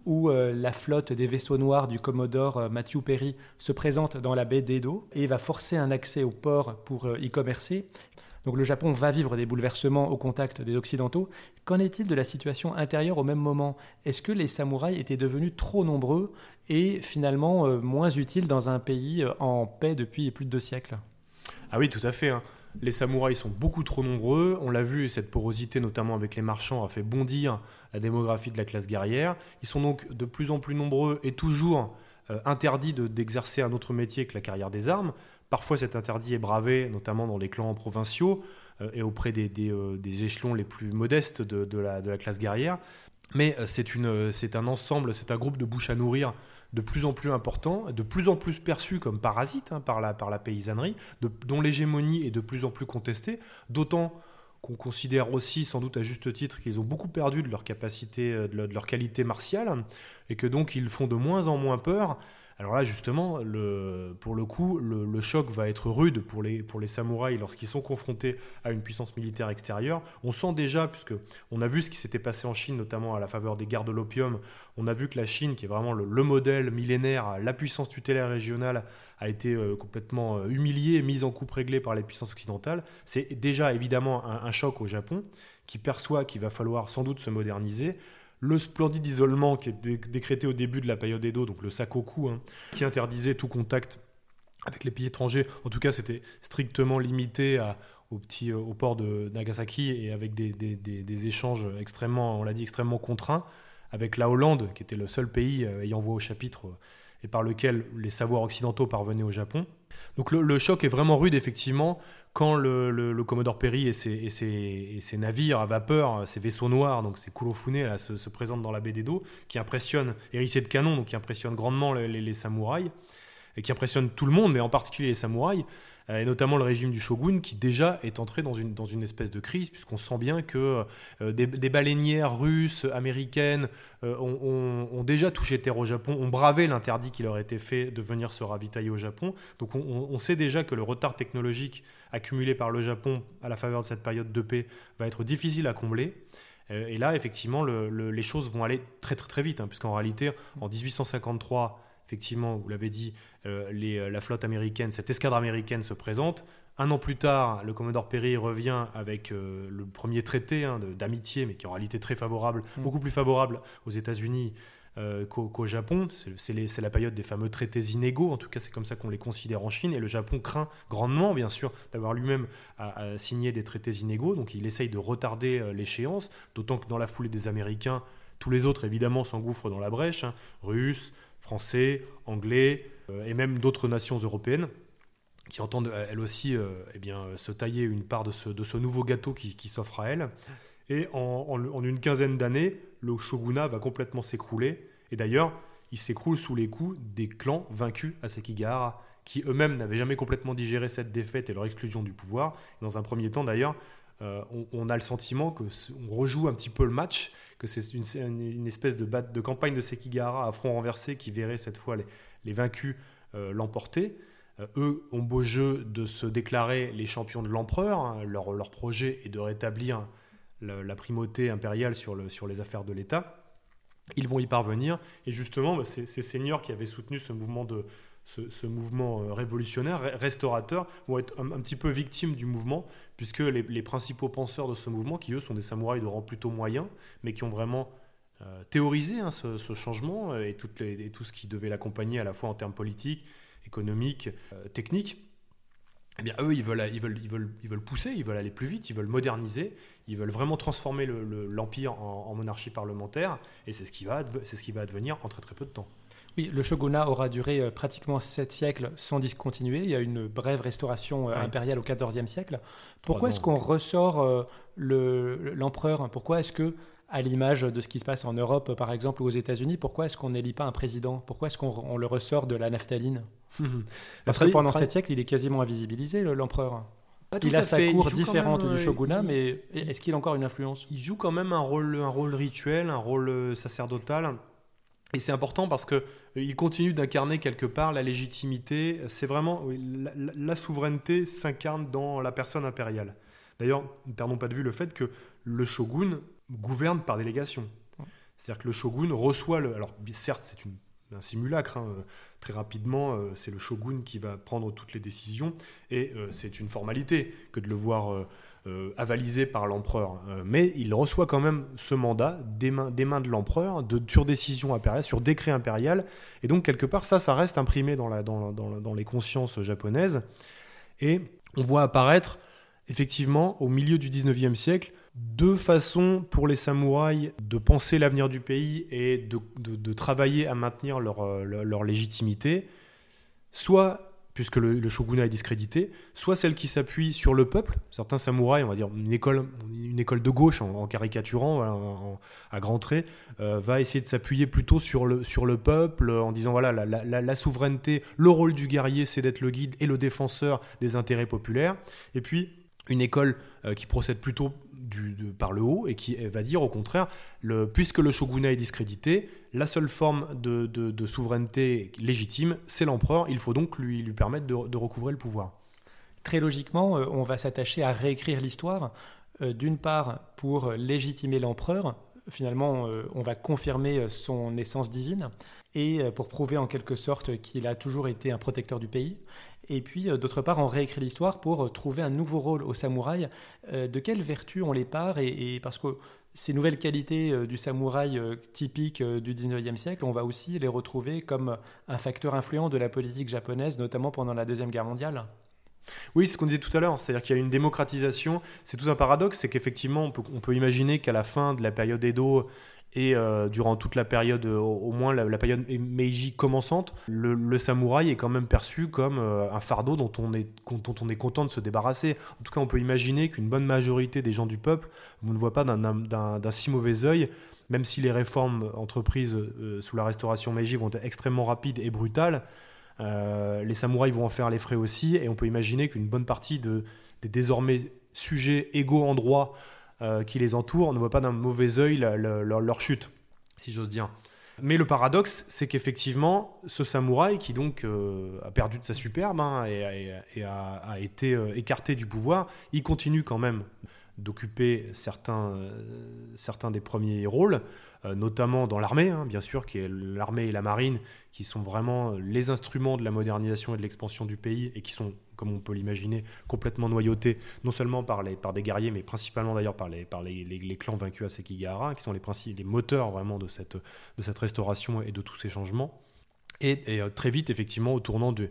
où la flotte des vaisseaux noirs du commodore Matthew Perry se présente dans la baie d'Edo et va forcer un accès au port pour y commercer. Donc le Japon va vivre des bouleversements au contact des Occidentaux. Qu'en est-il de la situation intérieure au même moment ? Est-ce que les samouraïs étaient devenus trop nombreux et finalement moins utiles dans un pays en paix depuis plus de 2 siècles ? Ah oui, tout à fait. Les samouraïs sont beaucoup trop nombreux. On l'a vu, cette porosité, notamment avec les marchands, a fait bondir la démographie de la classe guerrière. Ils sont donc de plus en plus nombreux et toujours interdits d'exercer un autre métier que la carrière des armes. Parfois, cet interdit est bravé, notamment dans les clans provinciaux et auprès des échelons les plus modestes de la classe guerrière. Mais c'est un ensemble, c'est un groupe de bouches à nourrir de plus en plus important, de plus en plus perçu comme parasite par la paysannerie, dont l'hégémonie est de plus en plus contestée, d'autant qu'on considère aussi, sans doute à juste titre, qu'ils ont beaucoup perdu de leur capacité, de leur qualité martiale, et que donc ils font de moins en moins peur. Alors là, justement, pour le coup, le choc va être rude pour les samouraïs lorsqu'ils sont confrontés à une puissance militaire extérieure. On sent déjà, puisqu'on a vu ce qui s'était passé en Chine, notamment à la faveur des guerres de l'opium, on a vu que la Chine, qui est vraiment le modèle millénaire, la puissance tutélaire régionale, a été complètement humiliée, mise en coupe réglée par les puissances occidentales. C'est déjà évidemment un choc au Japon, qui perçoit qu'il va falloir sans doute se moderniser. Le splendide isolement qui est décrété au début de la période Edo, donc le sakoku, qui interdisait tout contact avec les pays étrangers. En tout cas, c'était strictement limité au port de Nagasaki et avec des échanges extrêmement, on l'a dit, extrêmement contraints avec la Hollande, qui était le seul pays ayant voix au chapitre et par lequel les savoirs occidentaux parvenaient au Japon. Donc le choc est vraiment rude, effectivement, quand le Commodore Perry et ses navires à vapeur, ces vaisseaux noirs, donc ces Kurofune, là, se présentent dans la baie d'Edo, qui impressionnent, hérissés de canons, donc qui impressionnent grandement les samouraïs, et qui impressionnent tout le monde, mais en particulier les samouraïs, et notamment le régime du shogun, qui déjà est entré dans une espèce de crise, puisqu'on sent bien que des baleinières russes, américaines, ont déjà touché terre au Japon, ont bravé l'interdit qui leur était fait de venir se ravitailler au Japon. Donc on sait déjà que le retard technologique accumulé par le Japon à la faveur de cette période de paix va être difficile à combler. Et là, effectivement, les choses vont aller très très très vite, puisqu'en réalité, en 1853, effectivement, vous l'avez dit, la flotte américaine, cette escadre américaine se présente. Un an plus tard, le Commodore Perry revient avec le premier traité d'amitié, mais qui est en réalité très favorable, beaucoup plus favorable aux États-Unis qu'au Japon. C'est la période des fameux traités inégaux, en tout cas c'est comme ça qu'on les considère en Chine, et le Japon craint grandement, bien sûr, d'avoir lui-même à signer des traités inégaux, donc il essaye de retarder l'échéance, d'autant que dans la foulée des Américains, tous les autres évidemment s'engouffrent dans la brèche, Russes, Français, Anglais, et même d'autres nations européennes, qui entendent elles aussi se tailler une part de ce nouveau gâteau qui s'offre à elles. Et en une quinzaine d'années, le shogunat va complètement s'écrouler. Et d'ailleurs, il s'écroule sous les coups des clans vaincus à Sekigahara, qui eux-mêmes n'avaient jamais complètement digéré cette défaite et leur exclusion du pouvoir. Et dans un premier temps, d'ailleurs, on a le sentiment qu'on rejoue un petit peu le match, que c'est une espèce de campagne de Sekigahara à front renversé qui verrait cette fois les vaincus l'emporter. Eux ont beau jeu de se déclarer les champions de l'empereur. Leur projet est de rétablir la primauté impériale sur les affaires de l'État. Ils vont y parvenir. Et justement, ces seigneurs qui avaient soutenu ce mouvement révolutionnaire, restaurateur, vont être un petit peu victimes du mouvement, puisque les principaux penseurs de ce mouvement, qui eux sont des samouraïs de rang plutôt moyen, mais qui ont vraiment théorisé ce changement et tout ce qui devait l'accompagner à la fois en termes politiques, économiques, techniques, eh bien eux ils veulent pousser, ils veulent aller plus vite, ils veulent moderniser, ils veulent vraiment transformer l'empire en monarchie parlementaire, et c'est ce qui va advenir en très très peu de temps. Oui, le shogunat aura duré pratiquement 7 siècles sans discontinuer. Il y a une brève restauration impériale au XIVe siècle. Pourquoi est-ce qu'on ressort l'empereur ? Pourquoi est-ce que, à l'image de ce qui se passe en Europe, par exemple, ou aux États-Unis, pourquoi est-ce qu'on n'élit pas un président ? Pourquoi est-ce qu'on le ressort de la naphtaline ? Parce que pendant 7 siècles, il est quasiment invisibilisé, l'empereur. Il a sa cour différente du shogunat, mais est-ce qu'il a encore une influence ? Il joue quand même un rôle rituel, un rôle sacerdotal. Et c'est important parce qu'il continue d'incarner quelque part la légitimité. C'est vraiment la souveraineté s'incarne dans la personne impériale. D'ailleurs, ne perdons pas de vue le fait que le shogun gouverne par délégation. C'est-à-dire que le shogun reçoit alors certes, c'est un simulacre, très rapidement, c'est le shogun qui va prendre toutes les décisions, et c'est une formalité que de le voir avalisé par l'empereur. Mais il reçoit quand même ce mandat des mains de l'empereur, sur décision impériale, sur décret impérial, et donc quelque part, ça reste imprimé dans les consciences japonaises, et on voit apparaître, effectivement, au milieu du 19e siècle, deux façons pour les samouraïs de penser l'avenir du pays et de travailler à maintenir leur légitimité, soit, puisque le shogunat est discrédité, soit celle qui s'appuie sur le peuple. Certains samouraïs, on va dire une école de gauche, en caricaturant, à grands traits, va essayer de s'appuyer plutôt sur le peuple, en disant voilà, la souveraineté, le rôle du guerrier, c'est d'être le guide et le défenseur des intérêts populaires. Et puis, une école qui procède plutôt par le haut et qui va dire au contraire, puisque le shogunat est discrédité, la seule forme de souveraineté légitime, c'est l'empereur, il faut donc lui permettre de recouvrer le pouvoir. Très logiquement, on va s'attacher à réécrire l'histoire, d'une part pour légitimer l'empereur, finalement on va confirmer son essence divine, et pour prouver en quelque sorte qu'il a toujours été un protecteur du pays. Et puis, d'autre part, on réécrit l'histoire pour trouver un nouveau rôle aux samouraïs. De quelles vertus on les pare et parce que ces nouvelles qualités du samouraï typique du 19e siècle, on va aussi les retrouver comme un facteur influent de la politique japonaise, notamment pendant la Deuxième Guerre mondiale. Oui, c'est ce qu'on disait tout à l'heure, c'est-à-dire qu'il y a une démocratisation. C'est tout un paradoxe, c'est qu'effectivement, on peut imaginer qu'à la fin de la période Edo et durant toute la période, au moins la période Meiji commençante, le samouraï est quand même perçu comme un fardeau dont on est content de se débarrasser. En tout cas, on peut imaginer qu'une bonne majorité des gens du peuple ne le voient pas d'un si mauvais œil, même si les réformes entreprises sous la restauration Meiji vont être extrêmement rapides et brutales. Les samouraïs vont en faire les frais aussi, et on peut imaginer qu'une bonne partie des désormais sujets égaux en droit qui les entourent ne voient pas d'un mauvais œil leur chute, si j'ose dire. Mais le paradoxe, c'est qu'effectivement, ce samouraï qui donc a perdu de sa superbe et a été écarté du pouvoir, il continue quand même d'occuper certains des premiers rôles, notamment dans l'armée, bien sûr, qui est l'armée et la marine, qui sont vraiment les instruments de la modernisation et de l'expansion du pays, et qui sont, comme on peut l'imaginer, complètement noyautés, non seulement par des guerriers, mais principalement d'ailleurs par les clans vaincus à Sekigahara, qui sont les moteurs vraiment de cette restauration et de tous ces changements. Et très vite, effectivement, au tournant du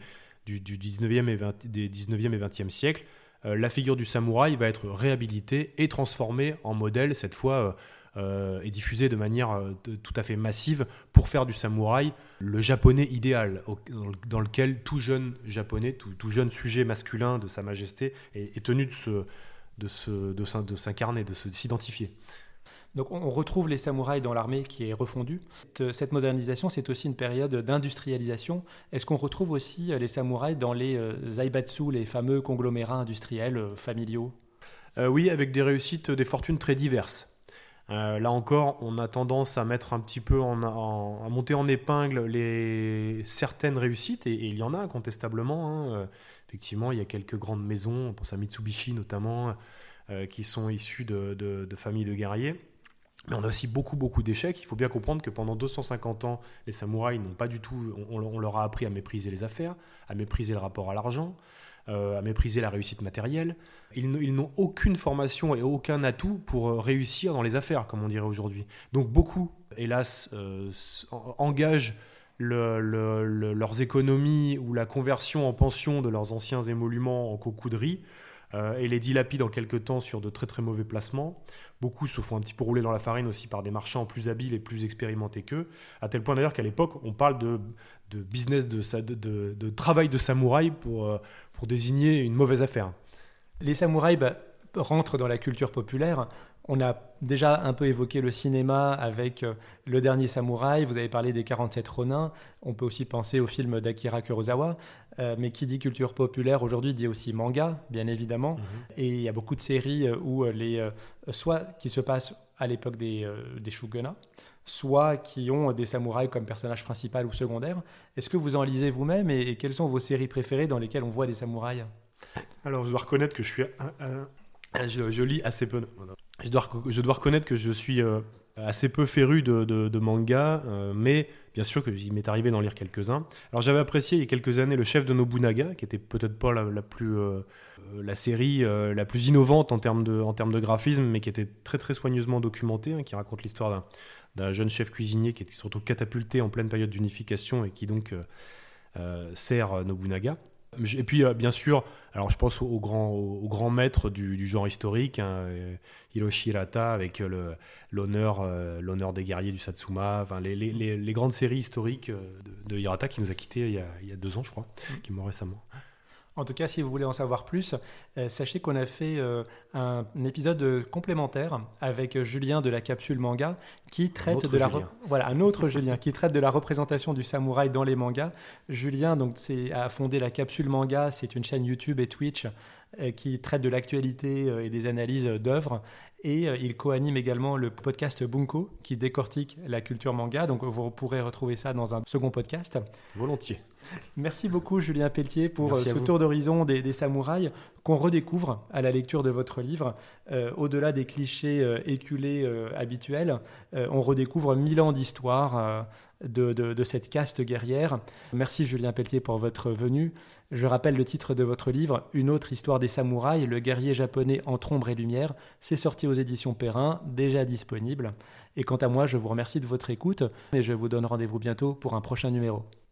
19e et 20e siècle, la figure du samouraï va être réhabilitée et transformée en modèle, cette fois, et diffusée de manière tout à fait massive pour faire du samouraï le japonais idéal, dans lequel tout jeune japonais, tout jeune sujet masculin de Sa Majesté est tenu de s'incarner, de s'identifier. Donc on retrouve les samouraïs dans l'armée qui est refondue. Cette modernisation, c'est aussi une période d'industrialisation. Est-ce qu'on retrouve aussi les samouraïs dans les zaibatsu, les fameux conglomérats industriels familiaux ? Oui, avec des réussites, des fortunes très diverses. Là encore, on a tendance à mettre un petit peu à monter en épingle certaines réussites, et il y en a incontestablement. Effectivement, il y a quelques grandes maisons, on pense à Mitsubishi notamment, qui sont issues de familles de guerriers. Mais on a aussi beaucoup d'échecs. Il faut bien comprendre que pendant 250 ans, les samouraïs n'ont pas du tout... On leur a appris à mépriser les affaires, à mépriser le rapport à l'argent, à mépriser la réussite matérielle. Ils n'ont aucune formation et aucun atout pour réussir dans les affaires, comme on dirait aujourd'hui. Donc beaucoup, hélas, engagent leurs économies ou la conversion en pension de leurs anciens émoluments en cocouderie, et les dilapident en quelque temps sur de très très mauvais placements. Beaucoup se font un petit peu rouler dans la farine aussi par des marchands plus habiles et plus expérimentés qu'eux, à tel point d'ailleurs qu'à l'époque on parle de business, de travail de samouraï pour désigner une mauvaise affaire. Les samouraïs rentrent dans la culture populaire. On a déjà un peu évoqué le cinéma avec Le Dernier Samouraï, vous avez parlé des 47 Ronin, on peut aussi penser au film d'Akira Kurosawa, mais qui dit culture populaire aujourd'hui dit aussi manga, bien évidemment, et il y a beaucoup de séries où soit qui se passent à l'époque des shogunats, soit qui ont des samouraïs comme personnage principal ou secondaire. Est-ce que vous en lisez vous-même et quelles sont vos séries préférées dans lesquelles on voit des samouraïs ? Alors je dois reconnaître que je lis assez peu. Je dois reconnaître que je suis assez peu féru de manga, mais bien sûr qu'il m'est arrivé d'en lire quelques-uns. Alors j'avais apprécié il y a quelques années Le Chef de Nobunaga, qui était peut-être pas la série la plus innovante en termes de graphisme, mais qui était très très soigneusement documentée, qui raconte l'histoire d'un jeune chef cuisinier qui était surtout catapulté en pleine période d'unification et qui donc sert Nobunaga. Et puis bien sûr, alors je pense au grand maître du genre historique, Hiroshi Hirata avec l'honneur des guerriers du Satsuma, enfin les grandes séries historiques de Hirata qui nous a quittés il y a 2 ans je crois, qui est mort récemment. En tout cas, si vous voulez en savoir plus, sachez qu'on a fait un épisode complémentaire avec Julien de la Capsule Manga qui traite un autre Julien qui traite de la représentation du samouraï dans les mangas. Julien a fondé la Capsule Manga, c'est une chaîne YouTube et Twitch qui traite de l'actualité et des analyses d'œuvres. Et il co-anime également le podcast Bunko qui décortique la culture manga. Donc vous pourrez retrouver ça dans un second podcast. Volontiers. Merci beaucoup Julien Pelletier pour ce tour d'horizon des samouraïs qu'on redécouvre à la lecture de votre livre. Au-delà des clichés éculés habituels, on redécouvre 1000 ans d'histoire de cette caste guerrière. Merci Julien Pelletier pour votre venue. Je rappelle le titre de votre livre, Une autre histoire des samouraïs, le guerrier japonais entre ombre et lumière. C'est sorti aux éditions Perrin, déjà disponible. Et quant à moi, je vous remercie de votre écoute et je vous donne rendez-vous bientôt pour un prochain numéro.